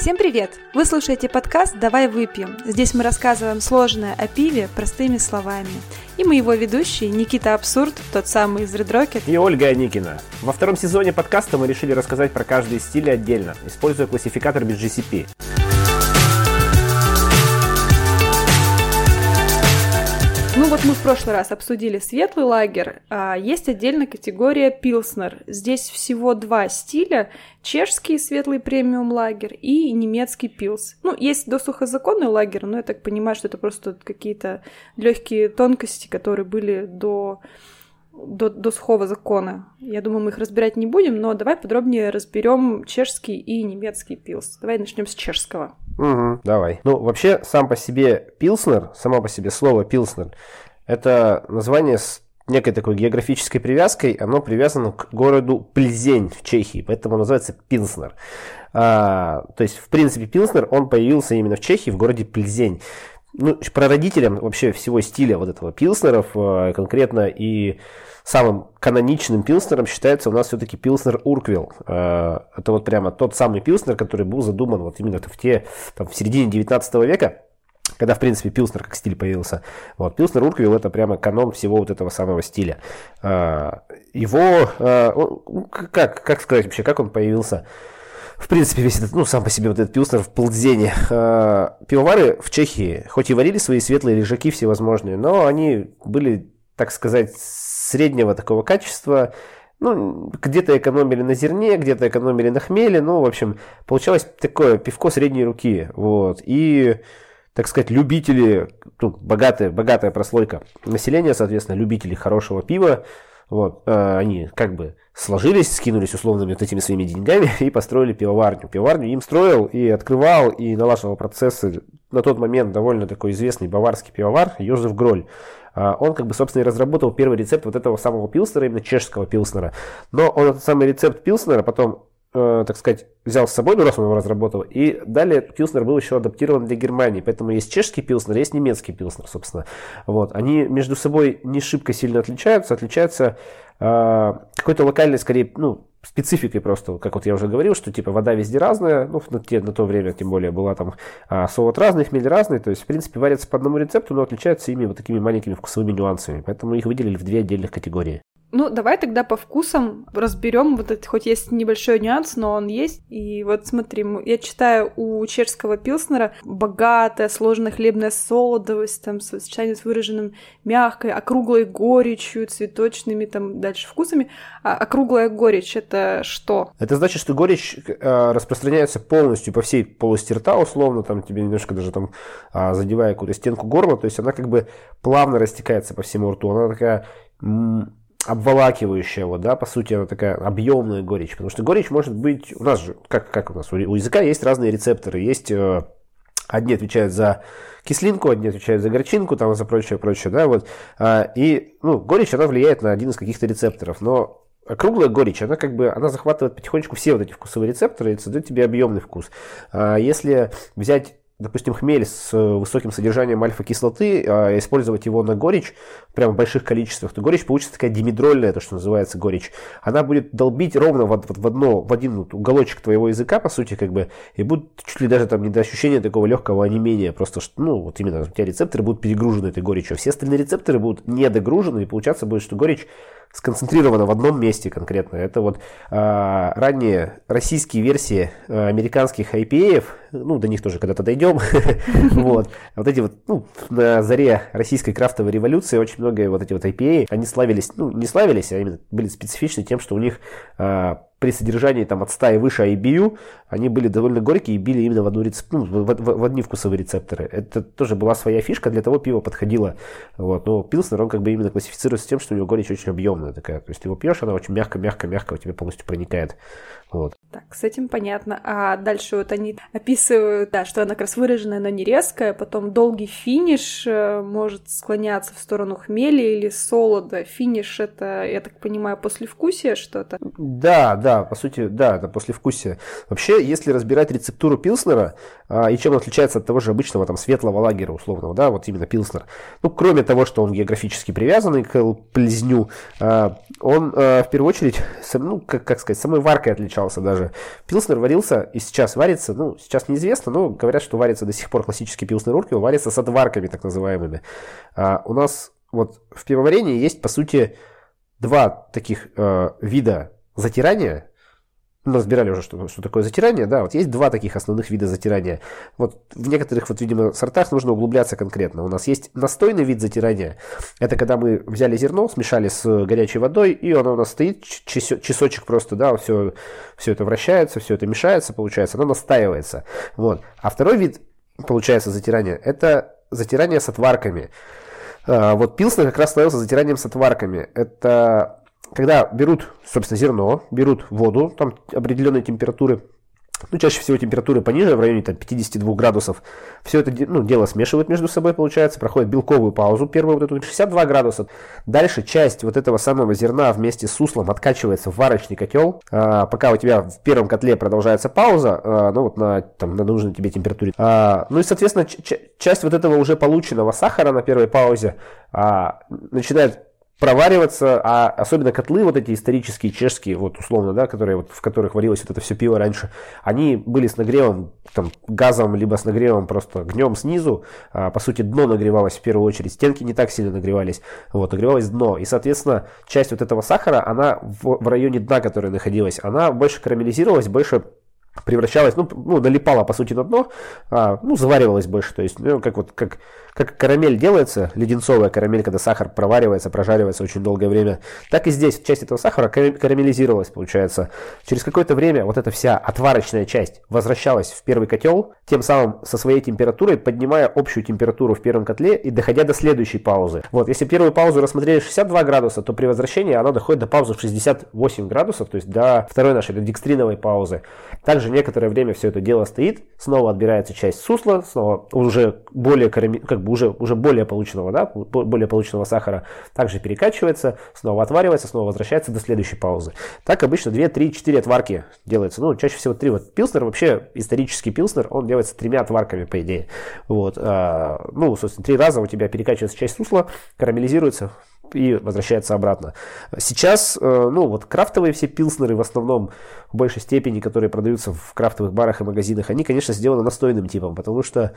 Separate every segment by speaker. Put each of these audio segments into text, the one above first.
Speaker 1: Всем привет! Вы слушаете подкаст «Давай выпьем». Здесь мы рассказываем сложное о пиве простыми словами. И мы его ведущие Никита Абсурд, тот самый из Red Rocket,
Speaker 2: и Ольга Аникина. Во втором сезоне подкаста мы решили рассказать про каждый из стилей отдельно, используя классификатор BJCP.
Speaker 1: Ну вот мы в прошлый раз обсудили светлый лагерь, а есть отдельная категория пилснер. Здесь всего два стиля: чешский светлый премиум лагерь и немецкий пилс. Ну, есть досухозаконный лагерь, но я так понимаю, что это просто какие-то легкие тонкости, которые были до сухого закона. Я думаю, мы их разбирать не будем, но давай подробнее разберем чешский и немецкий пилс. Давай начнем с чешского.
Speaker 2: Давай. Ну, вообще, сам по себе пилснер, само по себе слово пилснер, это название с некой такой географической привязкой, оно привязано к городу Пльзень в Чехии, поэтому называется пилснер. То есть, в принципе, пилснер, он появился именно в Чехии, в городе Пльзень. Ну, прародителем вообще всего стиля вот этого пилснеров, конкретно и самым каноничным пилснером считается у нас все-таки пилснер Урквилл. Это вот прямо тот самый пилснер, который был задуман вот именно в середине 19 века, когда, в принципе, пилснер как стиль появился. Вот, пилснер Урквилл — это прямо канон всего вот этого самого стиля. Его, как сказать вообще, как он появился? В принципе, весь этот, сам по себе вот этот пилснер в Пльзене. Пивовары в Чехии, хоть и варили свои светлые лежаки всевозможные, но они были, так сказать, среднего такого качества. Ну, где-то экономили на зерне, где-то экономили на хмеле. Ну, в общем, получалось такое пивко средней руки. Вот. И, так сказать, любители, богатая прослойка населения, соответственно, любители хорошего пива, вот, они как бы сложились, скинулись условными вот этими своими деньгами и построили пивоварню. Пивоварню им строил и открывал, и налаживал процессы на тот момент довольно такой известный баварский пивовар Йозеф Гроль. Он, как бы, собственно, и разработал первый рецепт вот этого самого пилснера, именно чешского пилснера. Но он этот самый рецепт пилснера потом, так сказать, взял с собой, раз он его разработал, и далее пилснер был еще адаптирован для Германии, поэтому есть чешский пилснер, есть немецкий пилснер, собственно. Вот. Они между собой не шибко сильно отличаются какой-то локальной, скорее, спецификой просто, как вот я уже говорил, что типа вода везде разная, на то время тем более была там солод разный, хмель разный, то есть в принципе варятся по одному рецепту, но отличаются ими вот такими маленькими вкусовыми нюансами, поэтому их выделили в две отдельных категории.
Speaker 1: Ну, давай тогда по вкусам разберем. Вот это, хоть есть небольшой нюанс, но он есть. И вот смотри, я читаю у чешского пилснера богатая, сложная хлебная солодовость, там, сочетание с выраженным мягкой, округлой горечью, цветочными, там, дальше вкусами. А округлая горечь — это что?
Speaker 2: Это значит, что горечь распространяется полностью по всей полости рта, условно, там, тебе немножко даже там задевая какую-то стенку горла, то есть она как бы плавно растекается по всему рту. Она такая обволакивающая, по сути, она такая объемная горечь, потому что горечь может быть, у нас же, как у нас, у языка есть разные рецепторы, есть, одни отвечают за кислинку, одни отвечают за горчинку, там, за прочее, и, горечь, она влияет на один из каких-то рецепторов, но круглая горечь, она захватывает потихонечку все вот эти вкусовые рецепторы и создает тебе объемный вкус. Если взять, допустим, хмель с высоким содержанием альфа-кислоты, использовать его на горечь, прямо в больших количествах, то горечь получится такая димедрольная, то, что называется горечь. Она будет долбить ровно в один уголочек твоего языка, по сути, как бы, и будет чуть ли даже там не до ощущения такого легкого онемения, просто, вот именно у тебя рецепторы будут перегружены этой горечью, а все остальные рецепторы будут недогружены, и получаться будет, что горечь сконцентрирована в одном месте конкретно. Это вот ранние российские версии американских IPA, до них тоже когда-то дойдем. Вот эти вот, на заре российской крафтовой революции очень многие вот эти вот IPA, они славились, не славились, а именно были специфичны тем, что у них при содержании там от 100 и выше IBU, они были довольно горькие и били именно в одни вкусовые рецепторы. Это тоже была своя фишка, для того пиво подходило. Вот. Но пилснер, он как бы именно классифицируется тем, что у него горечь очень объемная такая. То есть ты его пьешь, она очень мягко у тебя полностью проникает. Вот.
Speaker 1: Так, с этим понятно. А дальше вот они описывают, что она как раз выраженная, но не резкая, потом долгий финиш может склоняться в сторону хмели или солода. Финиш — это, я так понимаю, послевкусие что-то?
Speaker 2: Да, по сути, да, это послевкусие. Вообще, если разбирать рецептуру пилснера, и чем он отличается от того же обычного там светлого лагера условного, вот именно пилснер, кроме того, что он географически привязанный к Пльзню, он в первую очередь, самой варкой отличался даже. тоже. Пилснер варился и сейчас варится, ну, сейчас неизвестно, но говорят, что варится до сих пор классический пилснер Урквилл, варится с отварками так называемыми. У нас вот в пивоварении есть, по сути, два таких вида затирания. Мы разбирали уже, что такое затирание. Да, вот есть два таких основных вида затирания. Вот в некоторых, вот, видимо, сортах нужно углубляться конкретно. У нас есть настойный вид затирания. Это когда мы взяли зерно, смешали с горячей водой, и оно у нас стоит, часочек просто, да, все это вращается, все это мешается, получается, оно настаивается. Вот. А второй вид, получается, затирания, это затирание с отварками. Вот пилснер как раз становился затиранием с отварками. Это когда берут, собственно, зерно, берут воду, там определенной температуры, ну, чаще всего температуры пониже, в районе там, 52 градусов, все это дело смешивают между собой, получается, проходит белковую паузу, первую вот эту 62 градуса. Дальше часть вот этого самого зерна вместе с суслом откачивается в варочный котел, пока у тебя в первом котле продолжается пауза, ну, вот на нужной тебе температуре. Ну, и, соответственно, часть вот этого уже полученного сахара на первой паузе начинает провариваться, а особенно котлы вот эти исторические, чешские, вот условно, да, которые, вот, в которых варилось вот это все пиво раньше, они были с нагревом, там, газом, либо с нагревом просто огнем снизу, по сути, дно нагревалось в первую очередь, стенки не так сильно нагревались, вот, нагревалось дно, и, соответственно, часть вот этого сахара, она в районе дна, которая находилась, она больше карамелизировалась, больше превращалась, налипала, по сути, на дно, заваривалась больше, то есть, как карамель делается, леденцовая карамель, когда сахар проваривается, прожаривается очень долгое время, так и здесь часть этого сахара карамелизировалась, получается. Через какое-то время вот эта вся отварочная часть возвращалась в первый котел, тем самым со своей температурой поднимая общую температуру в первом котле и доходя до следующей паузы. Вот, если первую паузу рассмотрели 62 градуса, то при возвращении она доходит до паузы в 68 градусов, то есть до второй нашей, до декстриновой паузы. Также некоторое время все это дело стоит, снова отбирается часть сусла, снова уже более уже более полученного, да, более полученного сахара, также перекачивается, снова отваривается, снова возвращается до следующей паузы. Так обычно 2, 3, 4 отварки делается. Ну, чаще всего 3. Вот пилснер, вообще исторический пилснер, он делается 3 отварками, по идее. Вот, собственно, 3 раза у тебя перекачивается часть сусла, карамелизируется и возвращается обратно. Сейчас, крафтовые все пилснеры в основном, в большей степени, которые продаются в крафтовых барах и магазинах, они, конечно, сделаны настойным типом, потому что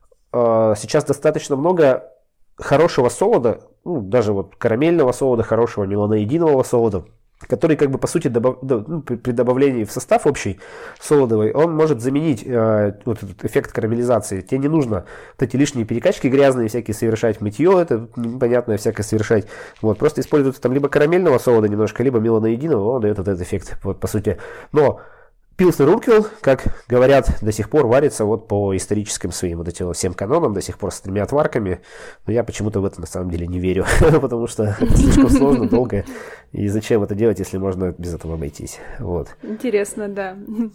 Speaker 2: сейчас достаточно много хорошего солода, даже вот карамельного солода, хорошего меланоидинового солода, который, по сути, при добавлении в состав общий солодовый, он может заменить вот этот эффект карамелизации. Тебе не нужно вот эти лишние перекачки грязные всякие совершать, мытье это непонятное всякое совершать. Вот, просто используется там либо карамельного солода немножко, либо меланоидинового, он дает вот этот эффект, вот, по сути. Но пилснер Урквилл, как говорят, до сих пор варится вот по историческим своим вот этим всем канонам, до сих пор с 3 отварками. Но я почему-то в это на самом деле не верю, потому что это слишком сложно, долго. И зачем это делать, если можно без этого обойтись? Вот.
Speaker 1: Интересно, да.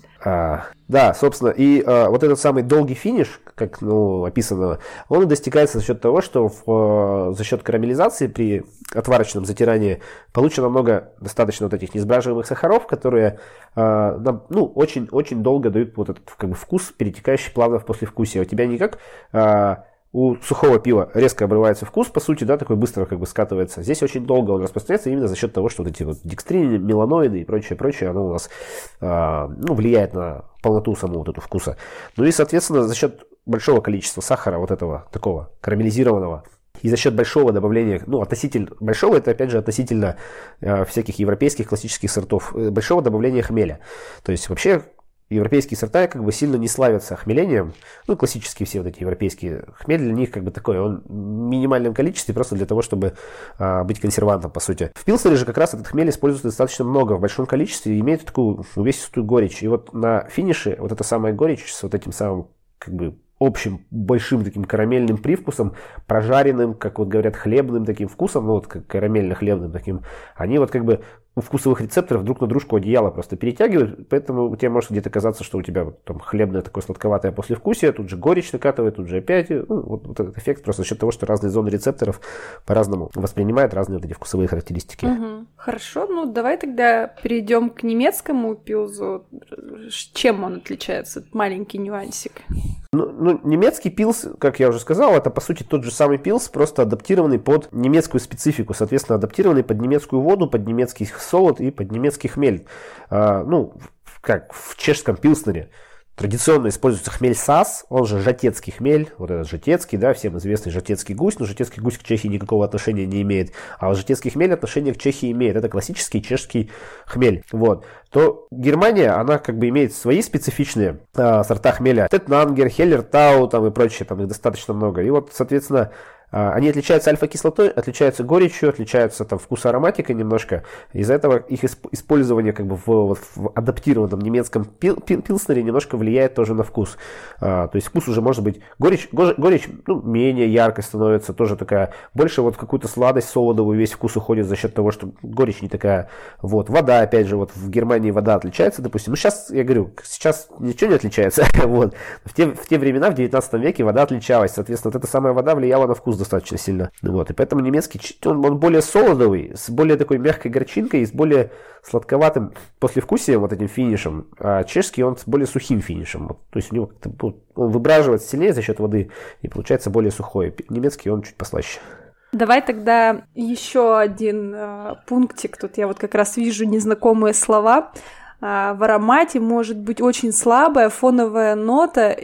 Speaker 2: Да, собственно, и вот этот самый долгий финиш, как описано, он достигается за счет того, что за счет карамелизации при отварочном затирании получено много достаточно вот этих несбраживаемых сахаров, которые очень-очень долго дают вот этот вкус, перетекающий плавно в послевкусие. У тебя не как у сухого пива резко обрывается вкус, по сути, да, такой быстро скатывается. Здесь очень долго он распространяется именно за счет того, что вот эти вот декстрины, меланоиды и прочее, оно у нас влияет на полноту самого вот этого вкуса. Ну и, соответственно, за счет большого количества сахара, вот этого такого карамелизированного, и за счет большого добавления, относительно большого, это опять же относительно всяких европейских классических сортов, большого добавления хмеля. То есть вообще европейские сорта сильно не славятся хмелением. Классические все вот эти европейские хмель для них такой, он в минимальном количестве просто для того, чтобы быть консервантом, по сути. В пилснере же как раз этот хмель используется достаточно много, в большом количестве, и имеет такую увесистую горечь. И вот на финише вот эта самая горечь с вот этим самым общим большим таким карамельным привкусом, прожаренным, как вот говорят, хлебным таким вкусом, как карамельно-хлебным таким, они у вкусовых рецепторов друг на дружку одеяло просто перетягивают, поэтому тебе может где-то казаться, что у тебя там хлебное такое сладковатое послевкусие, тут же горечь накатывает, тут же опять, вот этот эффект просто за счет того, что разные зоны рецепторов по-разному воспринимают разные вот эти вкусовые характеристики.
Speaker 1: Угу. Хорошо, давай тогда перейдем к немецкому пилзу. Чем он отличается? Маленький нюансик.
Speaker 2: Немецкий пилс, как я уже сказал, это по сути тот же самый пилс, просто адаптированный под немецкую специфику, соответственно, адаптированный под немецкую воду, под немецкий солод и под немецкий хмель. как в чешском пилснере традиционно используется хмель САС, он же жатецкий хмель, вот этот жатецкий, да, всем известный жатецкий гусь, но жатецкий гусь к Чехии никакого отношения не имеет, а вот жатецкий хмель отношение к Чехии имеет, это классический чешский хмель, вот. То Германия, она как бы имеет свои специфичные сорта хмеля, Тетнангер, Хеллертау там и прочее, там их достаточно много, и вот, соответственно, они отличаются альфа-кислотой, отличаются горечью, отличаются там вкусоароматикой немножко. Из-за этого их использование как бы в адаптированном немецком пилснере немножко влияет тоже на вкус. То есть вкус уже может быть горечь ну, менее яркой становится, тоже такая, больше вот в какую-то сладость солодовую весь вкус уходит за счет того, что горечь не такая. Вот. Вода, опять же, вот в Германии вода отличается, допустим. Ну, сейчас, я говорю, сейчас ничего не отличается. Вот. В те времена, в 19 веке вода отличалась. Соответственно, вот эта самая вода влияла на вкус достаточно сильно. Вот. И поэтому немецкий, он более солодовый, с более такой мягкой горчинкой и с более сладковатым послевкусием, вот этим финишем, а чешский он с более сухим финишем. Вот. То есть у него он выбраживается сильнее за счет воды и получается более сухой. Немецкий он чуть послаще.
Speaker 1: Давай тогда еще один пунктик. Тут я вот как раз вижу незнакомые слова. В аромате может быть очень слабая фоновая нота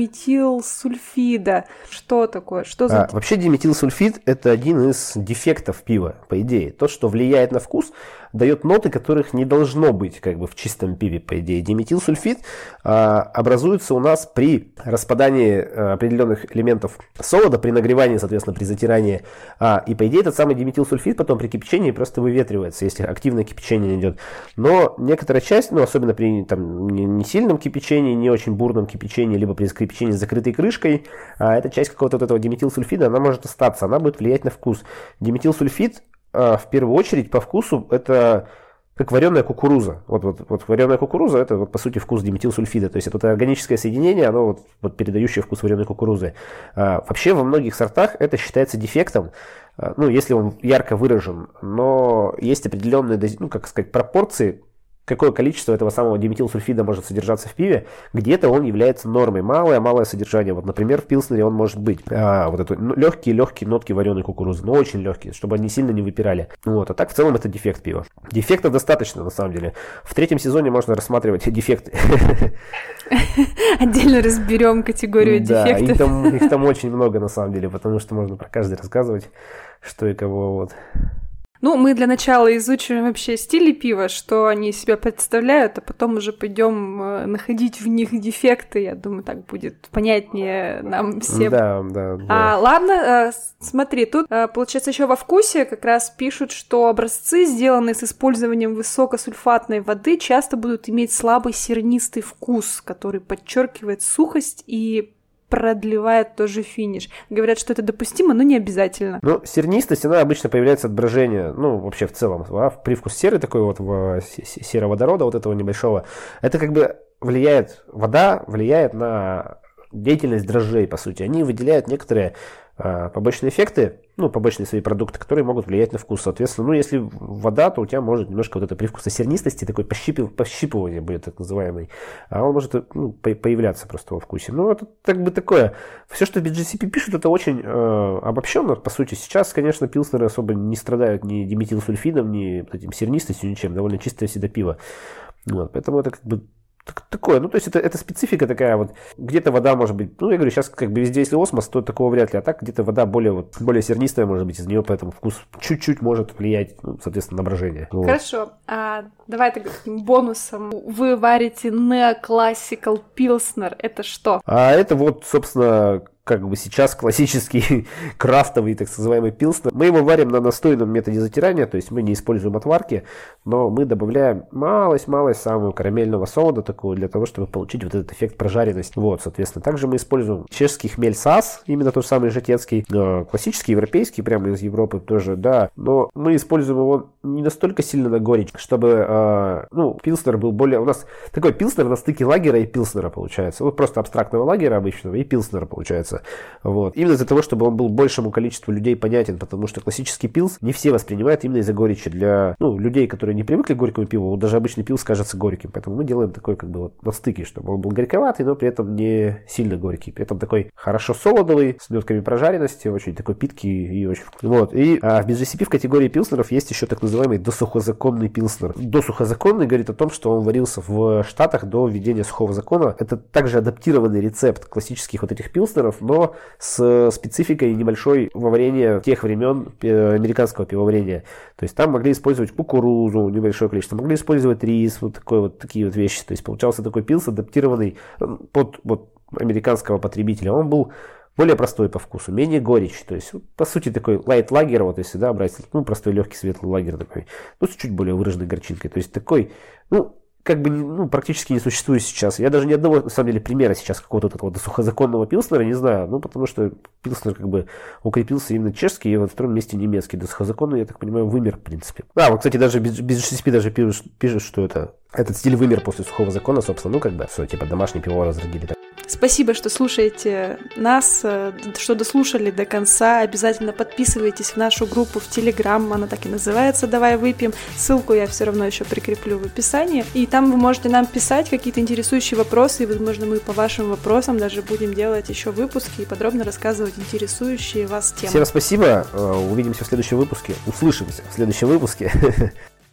Speaker 1: диметилсульфида. Что такое? Что за...
Speaker 2: Вообще диметилсульфид – это один из дефектов пива, по идее. То, что влияет на вкус, дает ноты, которых не должно быть как бы в чистом пиве, по идее. Диметилсульфид образуется у нас при распадании определенных элементов солода, при нагревании, соответственно, при затирании. И, по идее, этот самый диметилсульфид потом при кипячении просто выветривается, если активное кипячение идет. Но некоторая часть, ну, особенно при там, не сильном кипячении, не очень бурном кипячении, либо при кипячении с закрытой крышкой, эта часть какого-то вот этого диметилсульфида, она может остаться, она будет влиять на вкус. Диметилсульфид в первую очередь по вкусу это как вареная кукуруза. Вот вареная кукуруза это вот, по сути вкус диметилсульфида. То есть это органическое соединение, оно вот передающее вкус вареной кукурузы. Вообще во многих сортах это считается дефектом, ну, если он ярко выражен, но есть определенные, ну, как сказать, пропорции, какое количество этого самого диметилсульфида может содержаться в пиве, где-то он является нормой. Малое содержание. Вот, например, в пилснере он может быть вот это легкие нотки вареной кукурузы, но очень легкие, чтобы они сильно не выпирали. Вот. А так в целом это дефект пива. Дефектов достаточно, на самом деле. В 3-м сезоне можно рассматривать дефекты.
Speaker 1: Отдельно разберем категорию дефектов.
Speaker 2: Да, их там очень много, на самом деле, потому что можно про каждый рассказывать, что и кого. Вот.
Speaker 1: Ну, мы для начала изучим вообще стили пива, что они из себя представляют, а потом уже пойдем находить в них дефекты. Я думаю, так будет понятнее нам всем.
Speaker 2: Да.
Speaker 1: Ладно, смотри, тут, получается, еще во вкусе как раз пишут, что образцы, сделанные с использованием высокосульфатной воды, часто будут иметь слабый сернистый вкус, который подчеркивает сухость и продлевает тоже финиш. Говорят, что это допустимо, но не обязательно.
Speaker 2: Ну, сернистость, она обычно появляется от брожения, ну, вообще в целом. Привкус серы такой вот, сероводорода вот этого небольшого, это как бы вода влияет на деятельность дрожжей, по сути. Они выделяют некоторые побочные эффекты, ну, побочные свои продукты, которые могут влиять на вкус. Соответственно, ну, если вода, то у тебя может немножко вот это привкус сернистой, такой пощипывание будет так называемый, а он может появляться просто во вкусе. Ну, это как бы такое. Все, что BJCP пишут, это очень обобщенно, по сути. Сейчас, конечно, пилснеры особо не страдают ни диметилсульфидом, ни вот этим сернистостью, ничем. Довольно чистое всегда пиво. Вот, поэтому это как бы такое, ну, то есть это специфика такая вот, где-то вода может быть, ну, я говорю, сейчас как бы везде, если осмос, то такого вряд ли, а так где-то вода более сернистая может быть из нее, поэтому вкус чуть-чуть может влиять, ну, соответственно, на брожение. Вот.
Speaker 1: Хорошо, давай тогда таким бонусом. Вы варите Neoclassical Pilsner, это что?
Speaker 2: Это вот, собственно, как бы сейчас классический крафтовый, так называемый пилснер. Мы его варим на настойном методе затирания, то есть мы не используем отварки, но мы добавляем малость самого карамельного солода такого для того, чтобы получить вот этот эффект прожаренности. Вот, соответственно. Также мы используем чешский хмель САС, именно тот самый жатецкий, классический, европейский, прямо из Европы тоже, да. Но мы используем его не настолько сильно на горечь, чтобы, пилснер был более... У нас такой пилснер на стыке лагера и пилснера получается. Вот просто абстрактного лагера обычного и пилснера получается. используется. Вот. Именно из-за того, чтобы он был большему количеству людей понятен, потому что классический пилс не все воспринимают именно из-за горечи. Для людей, которые не привыкли к горькому пиву, вот даже обычный пилс кажется горьким. Поэтому мы делаем такой как бы вот на стыке, чтобы он был горьковатый, но при этом не сильно горький. При этом такой хорошо солодовый, с нотками прожаренности, очень такой питкий и очень вкусный. Вот. И в BJCP в категории пилснеров есть еще так называемый досухозаконный пилснер. Досухозаконный говорит о том, что он варился в Штатах до введения сухого закона. Это также адаптированный рецепт классических вот этих пилснеров, но с спецификой небольшой варенья тех времен американского пивоварения. То есть там могли использовать кукурузу, небольшое количество, могли использовать рис, такие вот вещи. То есть получался такой пилс, адаптированный под американского потребителя. Он был более простой по вкусу, менее горечь. То есть, по сути, такой лайт-лагер, вот если, брать, простой легкий светлый лагер такой, с чуть более выраженной горчинкой. То есть, такой, практически не существует сейчас. Я даже ни одного, на самом деле, примера сейчас какого-то такого сухозаконного пилснера не знаю, потому что пилснер как бы укрепился именно чешский, и во втором месте немецкий. Сухозаконный, я так понимаю, вымер, в принципе. Вот, кстати, даже BJCP даже пишет, что этот стиль вымер после сухого закона, собственно, все, типа домашний пивовар разродили.
Speaker 1: Спасибо, что слушаете нас, что дослушали до конца. Обязательно подписывайтесь в нашу группу в Telegram, она так и называется «Давай выпьем». Ссылку я все равно еще прикреплю в описании. И там вы можете нам писать какие-то интересующие вопросы, и, возможно, мы по вашим вопросам даже будем делать еще выпуски и подробно рассказывать интересующие вас темы.
Speaker 2: Всем спасибо, увидимся в следующем выпуске, услышимся в следующем выпуске.